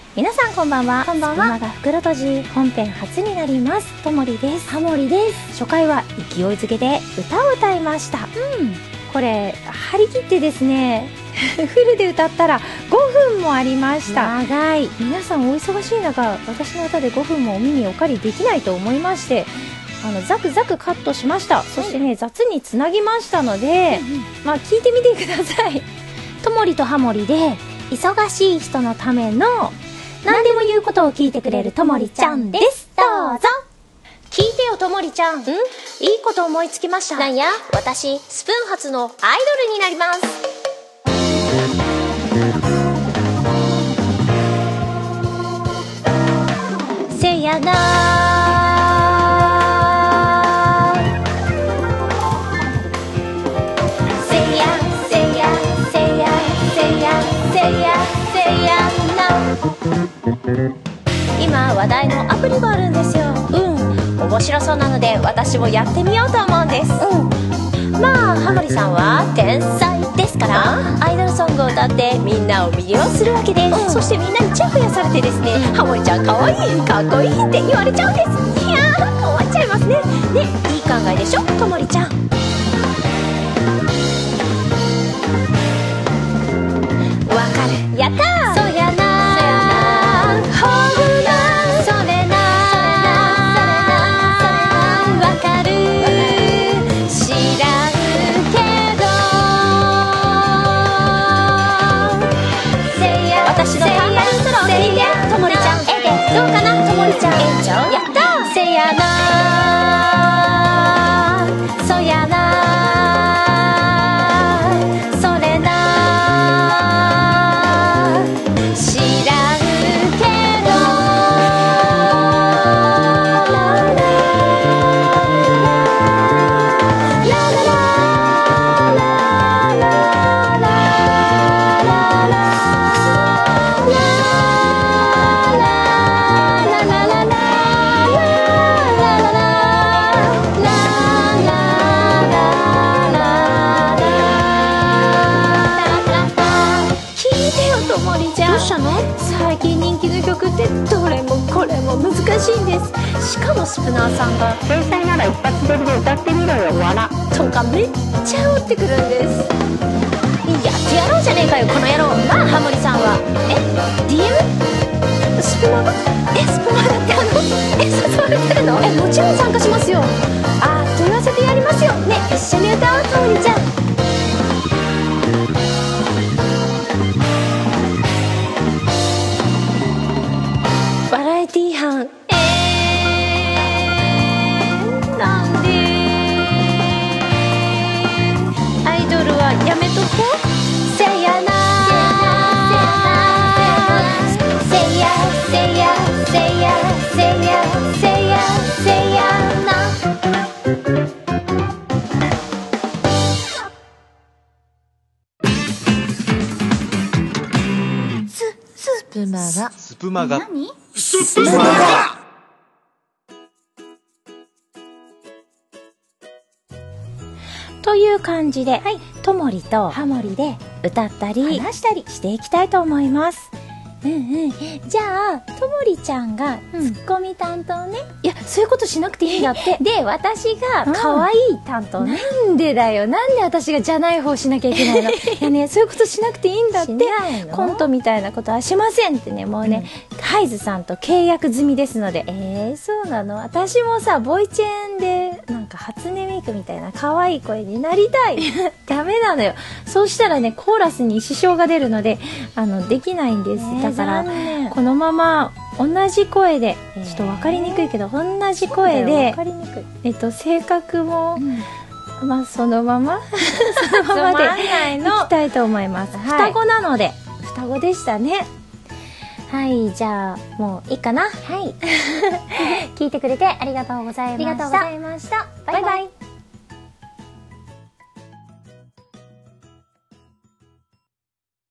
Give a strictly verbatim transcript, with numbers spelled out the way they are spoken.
皆さんこんばんは。 こんばんは。 スプマが袋とじ本編初になります。ともりです。 ハモリです。 初回は勢いづけで歌を歌いました。 うん。 これ張り切ってですねフルで歌ったらごふんもありました。 長い。 皆さんお忙しい中、私の歌でごふんもお耳お借りできないと思いまして、あのザクザクカットしました。そしてね、雑につなぎましたので、 うんうん、 まあ聞いてみてください。ともりとハモリで忙しい人のための何でも言うことを聞いてくれるともりちゃんです。どうぞ。聞いてよともりちゃん。ん？いいこと思いつきました。 なんや？私スプーン初のアイドルになります。せやなせやせやせやせやせやせやな。今話題のアプリがあるんですよ。うん、面白そうなので私もやってみようと思うんです。うん、まあハモリさんは天才ですから、アイドルソングを歌ってみんなを魅了するわけです、うん、そしてみんなにチヤホヤされてですね、うん、ハモリちゃんかわいいかっこいいって言われちゃうんです。いやー困っちゃいますね。ね、いい考えでしょともりちゃん。わかる。やったー。そうやなー、ほぐなー、それなー、わかる、知らんけどせいや、私の単語イントロを聞いてともりちゃん。えでどうかなともりちゃん。えちょやったー。せやなー、そやなー、それなー、知らんけどラララララララともりちゃん。どうしたの？最近人気の曲ってどれもこれも難しいんです。しかもスプナーさんが天才なら一発撮りで歌ってみろよわらとかめっちゃ煽ってくるんです。やってやろうじゃねえかよこの野郎。まあハモリさんはえ ディーエム？ スプマがえスプマだってあのえ誘われてるの？えもちろん参加しますよ。あーと言わせてやりますよね。一緒に歌おうともりちゃん。バラエティー班。えー、なんでアイドルはやめとこ。せやなせやせやせやせやせやせやな。ススプマがスプマが何？ スプマがという感じで、はい、ともりとハモリで歌ったり話したりしていきたいと思います。うんうん。じゃあともりちゃんがツッコミ担当ね、うん、いやそういうことしなくていいんだってで私が可愛い担当ね、うん、なんでだよ、なんで私がじゃない方しなきゃいけないのいやね、そういうことしなくていいんだって。コントみたいなことはしませんってね、もうね、うん、ハイズさんと契約済みですので。えー、そうなの？私もさボイチェンでなんか初音ミクみたいな可愛い声になりたいダメなのよ。そうしたらねコーラスに支障が出るのであのできないんです、えー、だからこのまま同じ声で、えー、ちょっと分かりにくいけど同じ声で、えっと、性格も、うん、まあそのままそのままでいきたいと思います、はい、双子なので双子でしたね。はい、じゃあもういいかな。はい聞いてくれてありがとうございました。ありがとうございました。バイバイ。